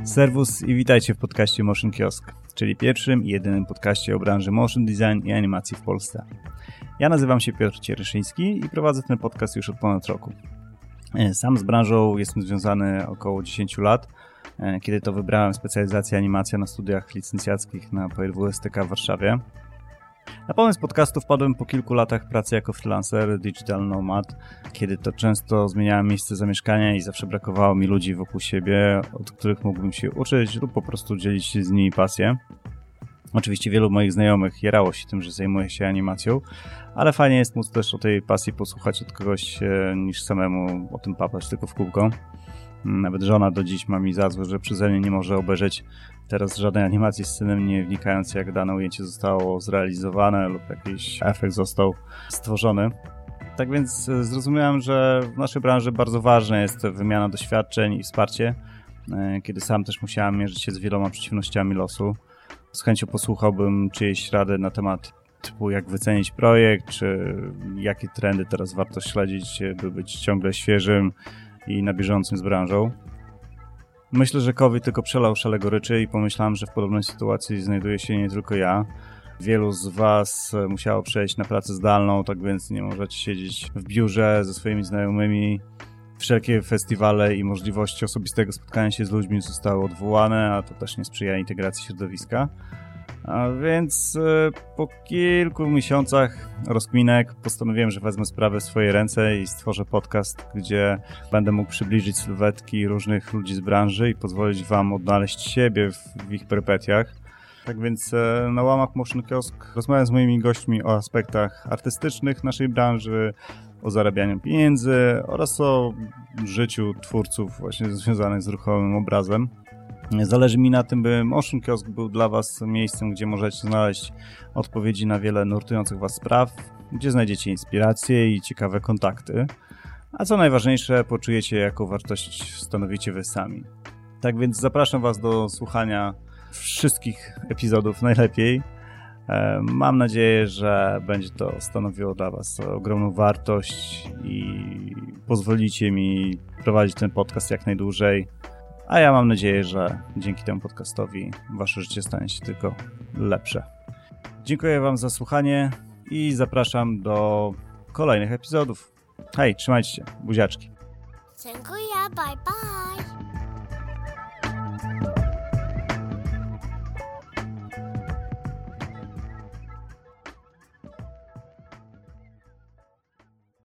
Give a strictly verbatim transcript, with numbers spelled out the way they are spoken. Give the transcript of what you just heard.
Serwus i witajcie w podcaście Motion Kiosk, czyli pierwszym i jedynym podcaście o branży motion design i animacji w Polsce. Ja nazywam się Piotr Cieryszyński i prowadzę ten podcast już od ponad roku. Sam z branżą jestem związany około dziesięć lat, kiedy to wybrałem specjalizację animacja na studiach licencjackich na P R W S T K w Warszawie. Na pomysł podcastu wpadłem po kilku latach pracy jako freelancer, digital nomad, kiedy to często zmieniałem miejsce zamieszkania i zawsze brakowało mi ludzi wokół siebie, od których mógłbym się uczyć lub po prostu dzielić się z nimi pasję. Oczywiście wielu moich znajomych jarało się tym, że zajmuję się animacją, ale fajnie jest móc też o tej pasji posłuchać od kogoś niż samemu o tym papać tylko w kółko. Nawet żona do dziś ma mi za złe, że przeze mnie nie może obejrzeć teraz żadnej animacji z synem, nie wnikając jak dane ujęcie zostało zrealizowane lub jakiś efekt został stworzony. Tak więc zrozumiałem, że w naszej branży bardzo ważna jest wymiana doświadczeń i wsparcie, kiedy sam też musiałem mierzyć się z wieloma przeciwnościami losu. Z chęcią posłuchałbym czyjejś rady na temat typu jak wycenić projekt, czy jakie trendy teraz warto śledzić, by być ciągle świeżym i na bieżącym z branżą. Myślę, że COVID tylko przelał szale goryczy i pomyślałem, że w podobnej sytuacji znajduje się nie tylko ja. Wielu z Was musiało przejść na pracę zdalną, tak więc nie możecie siedzieć w biurze ze swoimi znajomymi. Wszelkie festiwale i możliwości osobistego spotkania się z ludźmi zostały odwołane, a to też nie sprzyja integracji środowiska. A więc po kilku miesiącach rozkminek postanowiłem, że wezmę sprawę w swoje ręce i stworzę podcast, gdzie będę mógł przybliżyć sylwetki różnych ludzi z branży i pozwolić Wam odnaleźć siebie w, w ich perypetiach. Tak więc na łamach Motion Kiosk rozmawiam z moimi gośćmi o aspektach artystycznych naszej branży, o zarabianiu pieniędzy oraz o życiu twórców właśnie związanych z ruchomym obrazem. Zależy mi na tym, by Motion Kiosk był dla Was miejscem, gdzie możecie znaleźć odpowiedzi na wiele nurtujących Was spraw, gdzie znajdziecie inspiracje i ciekawe kontakty, a co najważniejsze, poczujecie, jaką wartość stanowicie Wy sami. Tak więc zapraszam Was do słuchania wszystkich epizodów najlepiej. Mam nadzieję, że będzie to stanowiło dla Was ogromną wartość i pozwolicie mi prowadzić ten podcast jak najdłużej. A ja mam nadzieję, że dzięki temu podcastowi Wasze życie stanie się tylko lepsze. Dziękuję Wam za słuchanie i zapraszam do kolejnych epizodów. Hej, trzymajcie się, buziaczki. Dziękuję, bye bye.